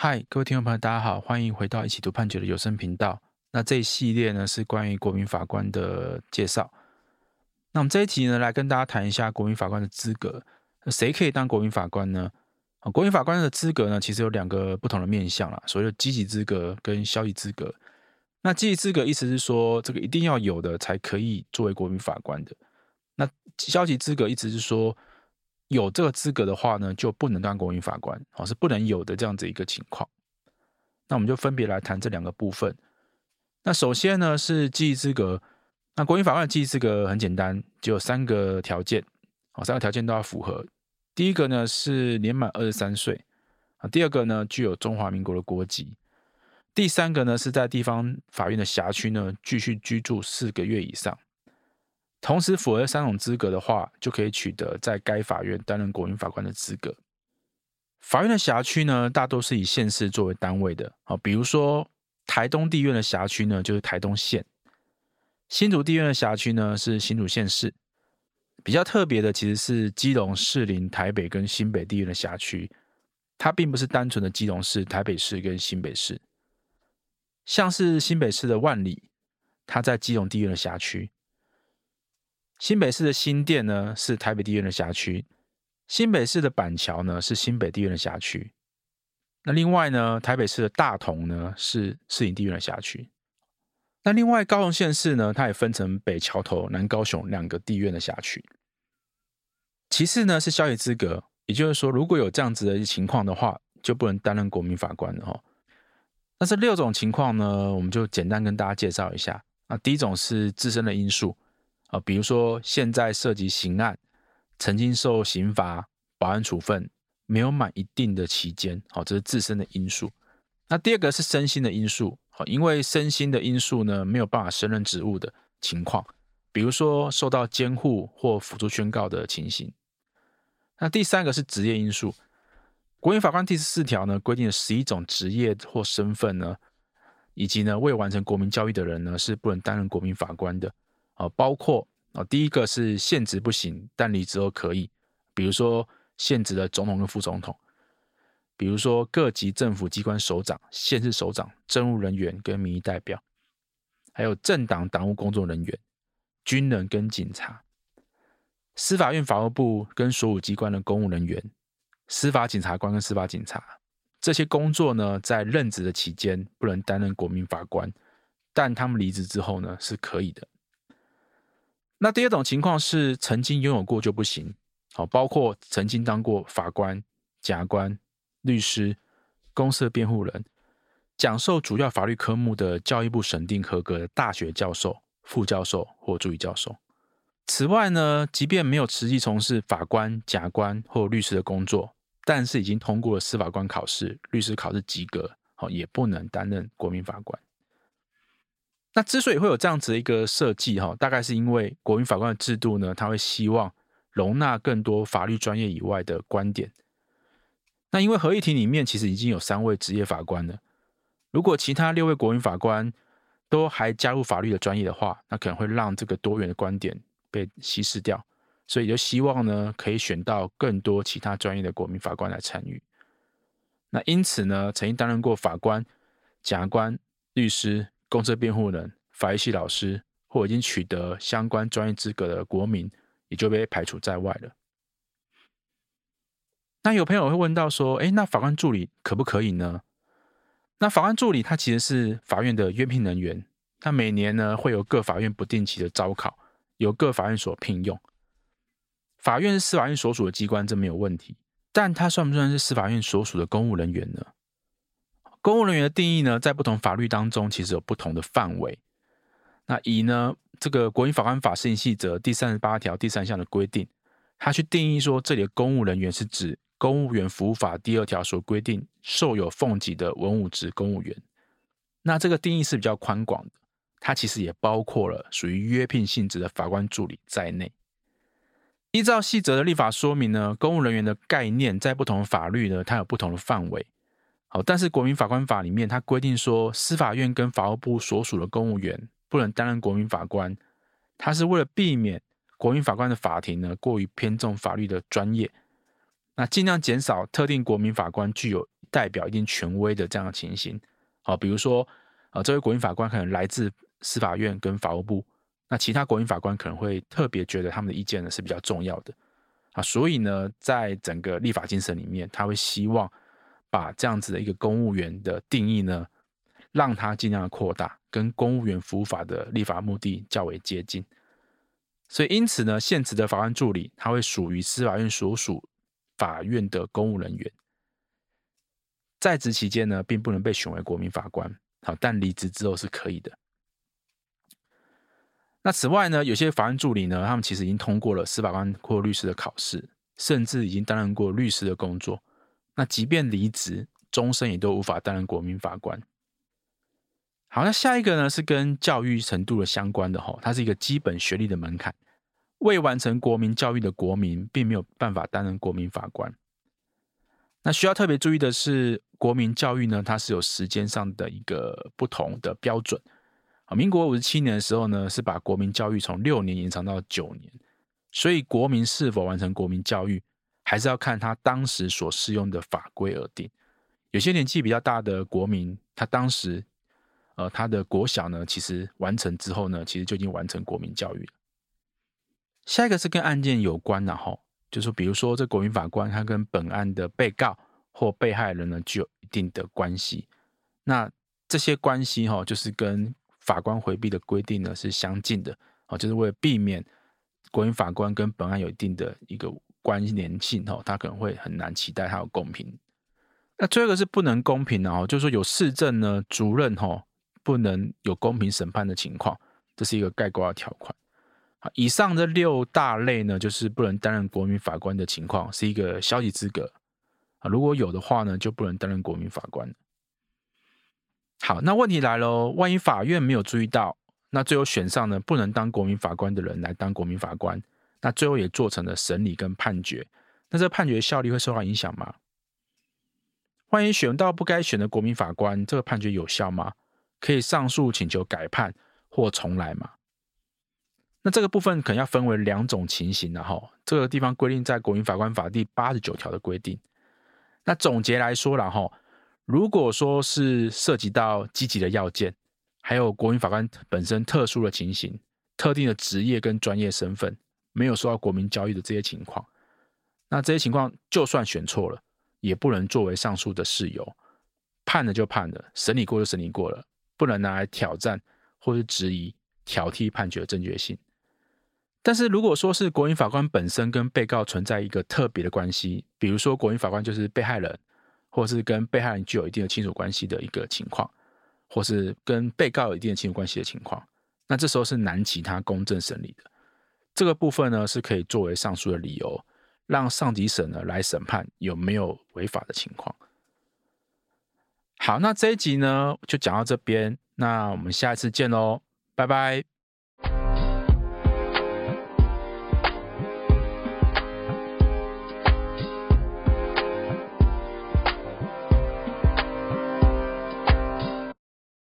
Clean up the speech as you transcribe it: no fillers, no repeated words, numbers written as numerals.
嗨，各位听众朋友，大家好，欢迎回到一起读判决的有声频道。那这一系列呢是关于国民法官的介绍。那我们这一集呢来跟大家谈一下国民法官的资格，谁可以当国民法官呢？国民法官的资格呢，其实有两个不同的面向啦，所谓的积极资格跟消极资格。那积极资格意思是说，这个一定要有的才可以作为国民法官的。那消极资格意思是说，有这个资格的话呢，就不能当国民法官，是不能有的这样子一个情况。那我们就分别来谈这两个部分。那首先呢是积极资格，那国民法官的积极资格很简单，只有三个条件，三个条件都要符合。第一个呢是年满23岁，第二个呢具有中华民国的国籍，第三个呢是在地方法院的辖区呢继续居住4个月以上。同时符合这三种资格的话，就可以取得在该法院担任国民法官的资格。法院的辖区呢，大多是以县市作为单位的，比如说台东地院的辖区呢，就是台东县；新竹地院的辖区呢，是新竹县市。比较特别的其实是基隆、士林、台北跟新北地院的辖区，它并不是单纯的基隆市、台北市跟新北市。像是新北市的万里，它在基隆地院的辖区；新北市的新店呢，是台北地院的辖区；新北市的板桥呢，是新北地院的辖区。那另外呢，台北市的大同呢，是士林地院的辖区。那另外高雄县市呢，它也分成北桥头、南高雄2个地院的辖区。其次呢是消极资格，也就是说，如果有这样子的情况的话，就不能担任国民法官了。那这6种情况呢，我们就简单跟大家介绍一下。第一种是自身的因素，比如说现在涉及刑案，曾经受刑罚、保安处分，没有满一定的期间，这是自身的因素。那第二个是身心的因素，因为身心的因素呢，没有办法胜任职务的情况，比如说受到监护或辅助宣告的情形。那第三个是职业因素，国民法官第14条呢规定了11种职业或身份呢，以及呢未完成国民教育的人呢是不能担任国民法官的，包括第一个是现职不行，但离职后可以，比如说现职的总统跟副总统，比如说各级政府机关首长、县市首长、政务人员跟民意代表，还有政党党务工作人员、军人跟警察，司法院法务部跟所属机关的公务人员，司法检察官跟司法警察，这些工作呢在任职的期间不能担任国民法官，但他们离职之后呢是可以的。那第二种情况是曾经拥有过就不行，包括曾经当过法官、检察官、律师、公司的辩护人，讲授主要法律科目的教育部审定合格的大学教授、副教授或助理教授。此外呢，即便没有实际从事法官、检察官或律师的工作，但是已经通过了司法官考试、律师考试及格，也不能担任国民法官。那之所以会有这样子的一个设计，大概是因为国民法官的制度呢，他会希望容纳更多法律专业以外的观点。那因为合议庭里面其实已经有3位职业法官了，如果其他6位国民法官都还加入法律的专业的话，那可能会让这个多元的观点被稀释掉，所以就希望呢可以选到更多其他专业的国民法官来参与。那因此呢，曾经担任过法官、检察官、律师、公职辩护人、法律系老师或已经取得相关专业资格的国民，也就被排除在外了。那有朋友会问到说，那法官助理可不可以呢？那法官助理他其实是法院的约聘人员，他每年呢会有各法院不定期的招考，由各法院所聘用。法院是司法院所属的机关，这没有问题。但他算不算是司法院所属的公务人员呢？公务人员的定义呢，在不同法律当中其实有不同的范围。那以呢这个国民法官法施行细则第38条第3项的规定，他去定义说这里的公务人员是指公务员服务法第2条所规定受有俸给的文武职公务员。那这个定义是比较宽广的，它其实也包括了属于约聘性质的法官助理在内。依照细则的立法说明呢，公务人员的概念在不同的法律呢，它有不同的范围。但是国民法官法里面它规定说，司法院跟法务部所属的公务员不能担任国民法官，它是为了避免国民法官的法庭呢过于偏重法律的专业，那尽量减少特定国民法官具有代表一定权威的这样的情形。比如说这位国民法官可能来自司法院跟法务部，那其他国民法官可能会特别觉得他们的意见呢是比较重要的所以呢，在整个立法精神里面，他会希望把这样子的一个公务员的定义呢，让它尽量的扩大，跟公务员服务法的立法目的较为接近。所以因此呢，现职的法官助理他会属于司法院所属法院的公务人员，在职期间呢，并不能被选为国民法官，但离职之后是可以的。那此外呢，有些法官助理呢，他们其实已经通过了司法官或律师的考试，甚至已经担任过律师的工作。那即便离职，终身也都无法担任国民法官。好，那下一个呢是跟教育程度的相关的它是一个基本学历的门槛，未完成国民教育的国民并没有办法担任国民法官。那需要特别注意的是，国民教育呢，它是有时间上的一个不同的标准。民国57年的时候呢，是把国民教育从6年延长到9年，所以国民是否完成国民教育，还是要看他当时所适用的法规而定。有些年纪比较大的国民，他当时他的国小呢，其实完成之后呢，其实就已经完成国民教育了。下一个是跟案件有关的就是比如说这国民法官他跟本案的被告或被害人呢具有一定的关系，那这些关系就是跟法官回避的规定呢是相近的就是为了避免国民法官跟本案有一定的一个关联性他可能会很难期待他有公平。那最后一个是不能公平的就是说有事证呢，主任不能有公平审判的情况，这是一个概括的条款。以上这6大类呢，就是不能担任国民法官的情况，是一个消极资格如果有的话呢，就不能担任国民法官。好，那问题来咯，万一法院没有注意到，那最后选上呢不能当国民法官的人来当国民法官，那最后也做成了审理跟判决，那这个判决效力会受到影响吗？万一选到不该选的国民法官，这个判决有效吗？可以上诉请求改判或重来吗？那这个部分可能要分为2种情形这个地方规定在国民法官法第89条的规定。那总结来说啦如果说是涉及到积极的要件，还有国民法官本身特殊的情形，特定的职业跟专业身份没有受到国民教育的这些情况，那这些情况就算选错了，也不能作为上诉的事由，判了就判了，审理过就审理过了，不能拿来挑战或是质疑挑剔判决的正确性。但是如果说是国民法官本身跟被告存在一个特别的关系，比如说国民法官就是被害人，或是跟被害人具有一定的亲属关系的一个情况，或是跟被告有一定的亲属关系的情况，那这时候是难其他公正审理的。这个部分呢是可以作为上诉的理由，让上级审呢来审判有没有违法的情况。好，那这一集呢就讲到这边，那我们下一次见咯，拜拜。